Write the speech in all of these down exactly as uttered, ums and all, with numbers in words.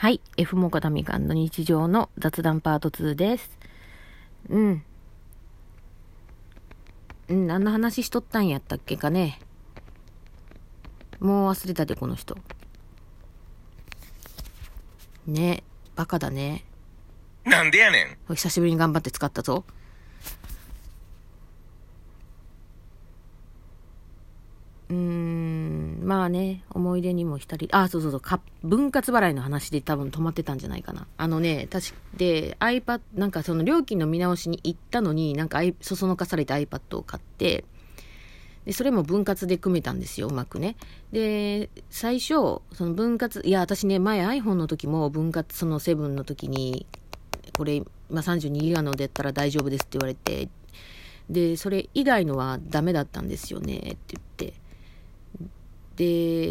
はい、F モカタミカンの日常の雑談パートツーです。うん。うん、何の話しとったんやったっけかね。もう忘れたで、この人。ね、バカだね。 なんでやねん。 久しぶりに頑張って使ったぞ。うーん、まあね、思い出にも浸り、あ、そうそうそう、か分割払いの話で多分止まってたんじゃないかな。あのね、確かで iPad、なんかその料金の見直しに行ったのに、なんかそそのかされた iPad を買って、でそれも分割で組めたんですよ、うまくね。で最初その分割、いや私ね、前 iPhone の時も分割、そのセブンの時にこれ、まあ、さんじゅうにギガのでやったら大丈夫ですって言われて、でそれ以外のはダメだったんですよねって言って、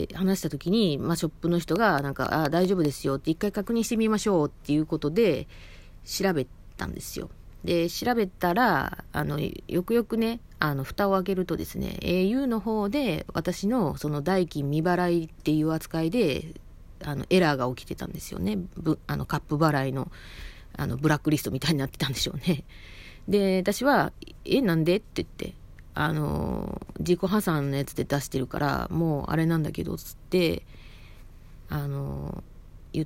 で話した時に、まあ、ショップの人がなんか、あ、大丈夫ですよって一回確認してみましょうっていうことで調べたんですよ。で調べたら、あのよくよくね、あの蓋を開けるとですね、 au の方で私のその代金未払いっていう扱いであのエラーが起きてたんですよね。ぶあのカップ払いのあのブラックリストみたいになってたんでしょうね。で私はえなんでって言って、あの自己破産のやつで出してるからもうあれなんだけどつってあの言って、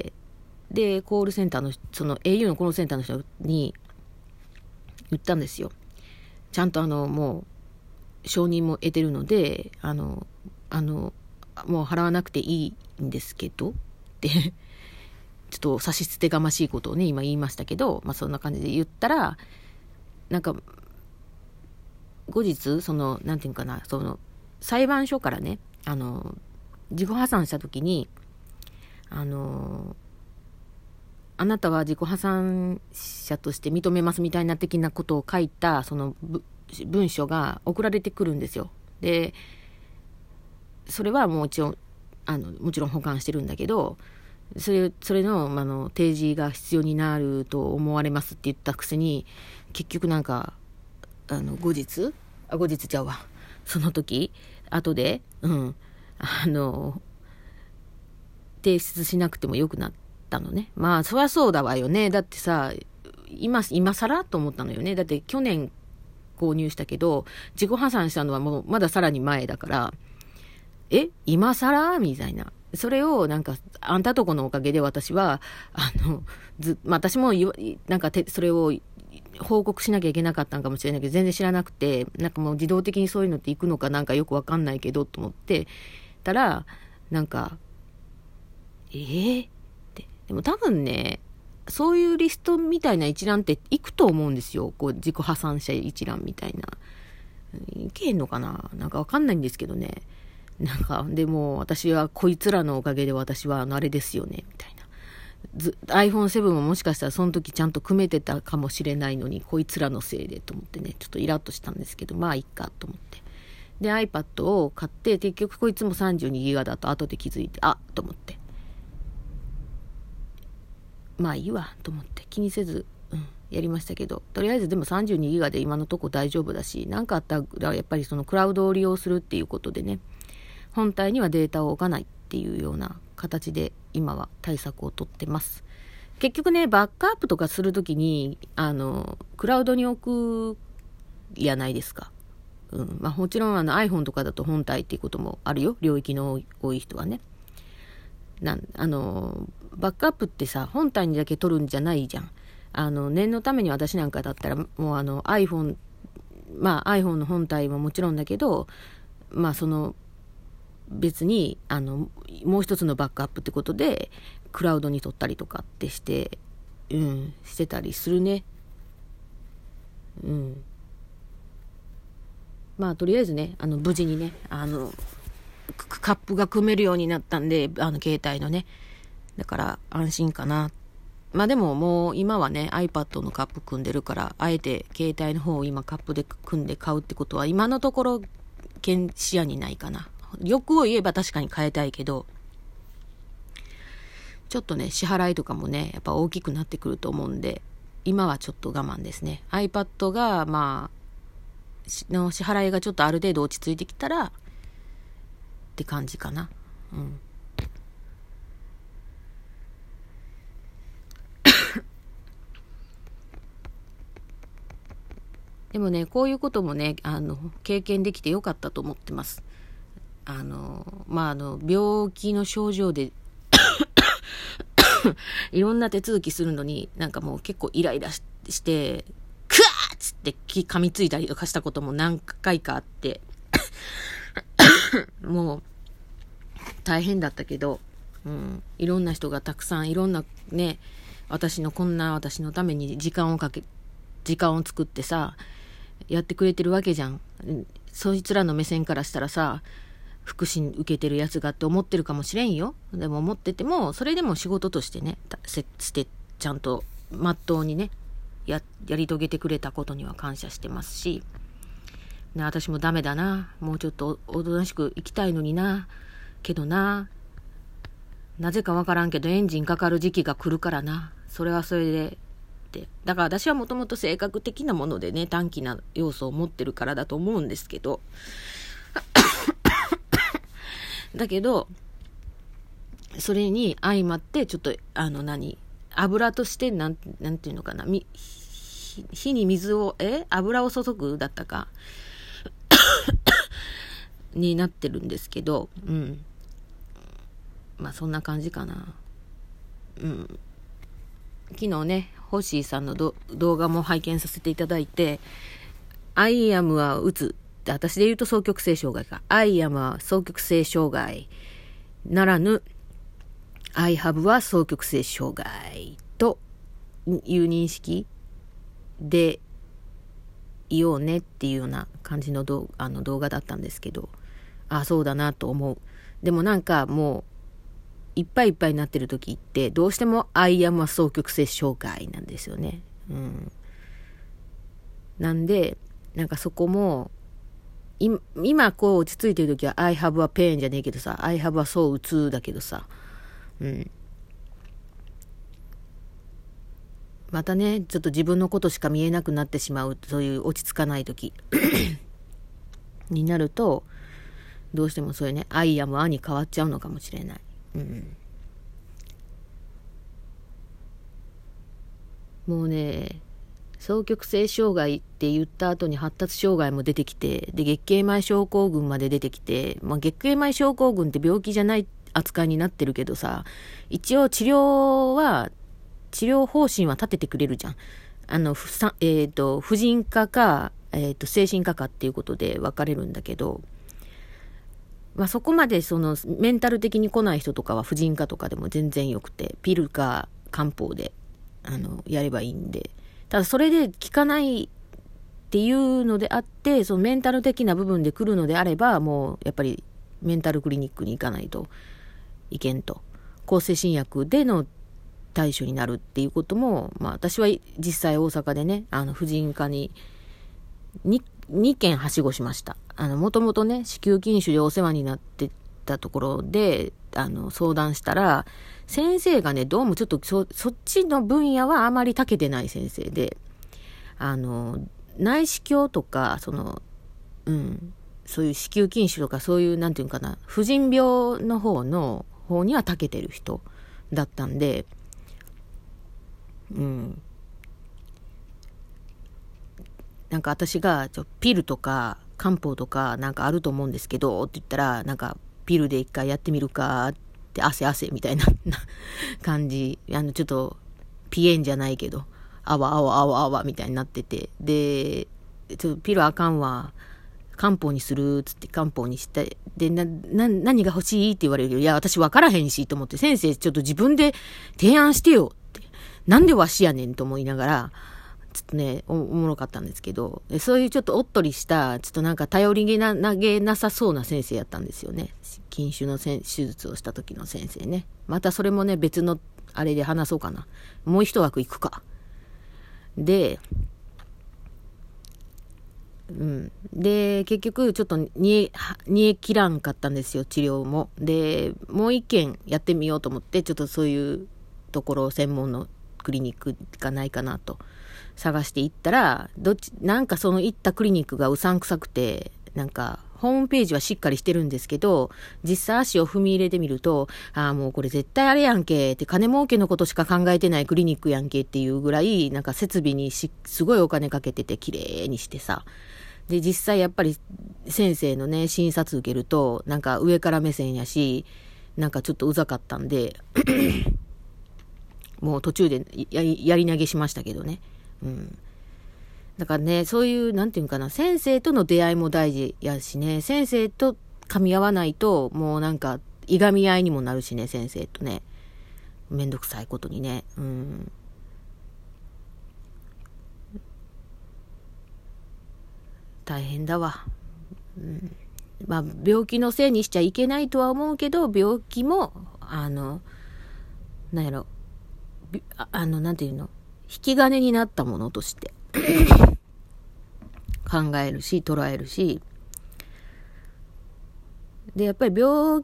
でコールセンターのその au のコールセンターの人に言ったんですよ。ちゃんとあのもう承認も得てるので、あのあのもう払わなくていいんですけどってちょっと差し捨てがましいことをね今言いましたけど、まあそんな感じで言ったら、なんか後日そのなんていうかな、その裁判所からね、あの自己破産した時に、あのあなたは自己破産者として認めますみたいな的なことを書いたその文書が送られてくるんですよ。でそれはもちろんあのもちろん保管してるんだけど、それそれの、あの提示が必要になると思われますって言ったくせに、結局なんかあの後日あ後日ちゃうわその時後でうんあの提出しなくてもよくなったのね。まあそりゃそうだわよね。だってさ、今今更と思ったのよね。だって去年購入したけど自己破産したのはもうまださらに前だから、え今更みたいな。それをなんかあんたとこのおかげで私はあのず、まあ、私もなんかてそれを報告しなきゃいけなかったんかもしれないけど全然知らなくて、なんかもう自動的にそういうのっていくのかなんかよくわかんないけどと思ってたら、なんかえー、って、でも多分ね、そういうリストみたいな一覧っていくと思うんですよ。こう自己破産者一覧みたいな。いけへんのかな、なんかわかんないんですけどね。なんかでも私はこいつらのおかげで私はあれですよねみたいな。ず アイフォンセブン ももしかしたらその時ちゃんと組めてたかもしれないのに、こいつらのせいでと思ってね、ちょっとイラッとしたんですけど、まあいいかと思って、で iPad を買って、結局こいつも さんじゅうにギガ だと後で気づいて、あっと思って、まあいいわと思って気にせず、うん、やりましたけど、とりあえずでも さんじゅうにギガ で今のとこ大丈夫だし、何かあったらやっぱりそのクラウドを利用するっていうことでね、本体にはデータを置かないっていうような形で今は対策をとってます。結局ね、バックアップとかするときにあのクラウドに置くやないですか。うん、まあもちろんあの iPhone とかだと本体っていうこともあるよ、領域の多い人はね。なんあのバックアップってさ、本体にだけ取るんじゃないじゃん。あの念のために私なんかだったらもうあの iPhone、まあ iPhone の本体ももちろんだけど、まあその別にあのもう一つのバックアップってことでクラウドに取ったりとかってして、うん、してたりするね。うん。まあとりあえずね、あの無事にね、あのカップが組めるようになったんで、あの携帯のね、だから安心かな。まあでももう今はね iPad のカップ組んでるから、あえて携帯の方を今カップで組んで買うってことは今のところ視野にないかな。欲を言えば確かに変えたいけど、ちょっとね支払いとかもねやっぱ大きくなってくると思うんで、今はちょっと我慢ですね。 iPad がまあの支払いがちょっとある程度落ち着いてきたらって感じかな。うんでもね、こういうこともね、あの経験できてよかったと思ってます。あのまああの病気の症状でいろんな手続きするのになんかもう結構イライラししてクワーッつって噛みついたりとかしたことも何回かあってもう大変だったけど、うん、いろんな人がたくさんいろんなね、私のこんな私のために時間をかけ時間を作ってさやってくれてるわけじゃん。そいつらの目線からしたらさ、福祉受けてるやつがって思ってるかもしれんよ。でも思っててもそれでも仕事としてねしてちゃんとまっとうにね や, やり遂げてくれたことには感謝してますし、ね、私もダメだな、もうちょっとおとなしく生きたいのにな、けどな、なぜかわからんけどエンジンかかる時期が来るからな、それはそれでってだから私はもともと性格的なものでね短気な要素を持ってるからだと思うんですけどだけどそれに相まってちょっとあの何油としてなんなんていうのかな、み火に水をえ油を注ぐだったかになってるんですけど、うんまあそんな感じかな。うん昨日ねホッシーさんのど動画も拝見させていただいて、アイアムはうつって私で言うと双極性障害か、アイアムは双極性障害ならぬアイハブは双極性障害という認識でいようねっていうような感じの動あの動画だったんですけど、あそうだなと思う。でもなんかもういっぱいいっぱいになってる時ってどうしてもアイアムは双極性障害なんですよね。うん、なんでなんかそこも今こう落ち着いてる時は I have a pain じゃねえけどさ、 I have a そううつだけどさ、うん、またねちょっと自分のことしか見えなくなってしまう、そういう落ち着かない時になるとどうしてもそういうね I am a に変わっちゃうのかもしれない。うん、もうね双極性障害って言った後に発達障害も出てきて、で月経前症候群まで出てきて、まあ、月経前症候群って病気じゃない扱いになってるけどさ、一応治療は治療方針は立ててくれるじゃん。あのふさ、えーと、婦人科か、えーと、精神科かっていうことで分かれるんだけど、まあ、そこまでそのメンタル的に来ない人とかは婦人科とかでも全然よくて、ピルか漢方であのやればいいんで、ただそれで効かないっていうのであって、そのメンタル的な部分で来るのであれば、もうやっぱりメンタルクリニックに行かないといけんと、抗精神薬での対処になるっていうことも、まあ、私は実際大阪でねあの婦人科に 2, 2件はしごしました。あのもともとね子宮筋腫でお世話になってたところであの相談したら、先生がねどうもちょっと そ, そっちの分野はあまり長けてない先生で、あの内視鏡とかその、うん、そういう子宮筋腫とかそういうなんていうかな婦人病の方の方には長けてる人だったんで、うん、なんか私がちょピルとか漢方とかなんかあると思うんですけどって言ったら、なんかピルで一回やってみるかって汗汗みたいな感じ、あのちょっとピエンじゃないけどあわあわあわあわみたいになってて、でちょっとピルあかんわ漢方にするっつって漢方にして、でなな何が欲しいって言われるけど、いや私分からへんしと思って、先生ちょっと自分で提案してよって、なんでわしやねんと思いながらちょっとね お, おもろかったんですけど、そういうちょっとおっとりしたちょっとなんか頼りげな投げなさそうな先生やったんですよね。筋腫の手術をした時の先生ね。またそれもね別のあれで話そうかな、もう一枠行くかで、うん、で結局ちょっと煮え煮え切らんかったんですよ治療も。でもう一件やってみようと思って、ちょっとそういうところ専門のクリニックがないかなと探していったら、どっちなんかその行ったクリニックがうさんくさくて、なんかホームページはしっかりしてるんですけど、実際足を踏み入れてみると、ああ、もうこれ絶対あれやんけって、金儲けのことしか考えてないクリニックやんけっていうぐらい、なんか設備にしすごいお金かけてて綺麗にしてさ。で、実際やっぱり先生のね、診察受けると、なんか上から目線やし、なんかちょっとうざかったんで、もう途中でやり、やり投げしましたけどね。うん。だからね、そういう、なんていうかな、先生との出会いも大事やしね、先生と噛み合わないと、もうなんか、いがみ合いにもなるしね、先生とね。めんどくさいことにね。うん。大変だわ。うん。まあ、病気のせいにしちゃいけないとは思うけど、病気も、あの、なんやろ、あ, あの、なんていうの、引き金になったものとして。考えるし捉えるし、でやっぱり病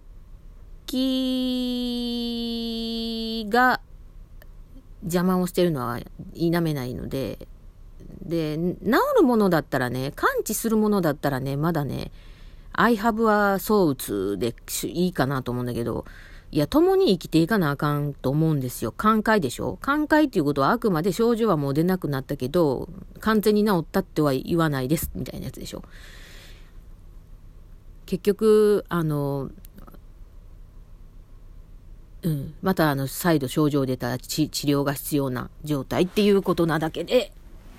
気が邪魔をしているのは否めないので、で治るものだったらね、完治するものだったらね、まだね、I have はそう打つでいいかなと思うんだけど、いや、共に生きていかなあかんと思うんですよ。寛解でしょ。寛解っていうことはあくまで症状はもう出なくなったけど、完全に治ったっては言わないです、みたいなやつでしょ。結局、あの、うん、またあの、再度症状出た治療が必要な状態っていうことなだけで、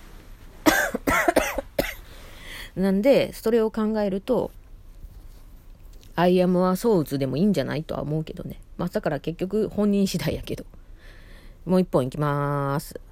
なんで、それを考えると、アイアムはそう打つでもいいんじゃないとは思うけどね。まあ、だから結局本人次第やけど。もう一本いきまーす。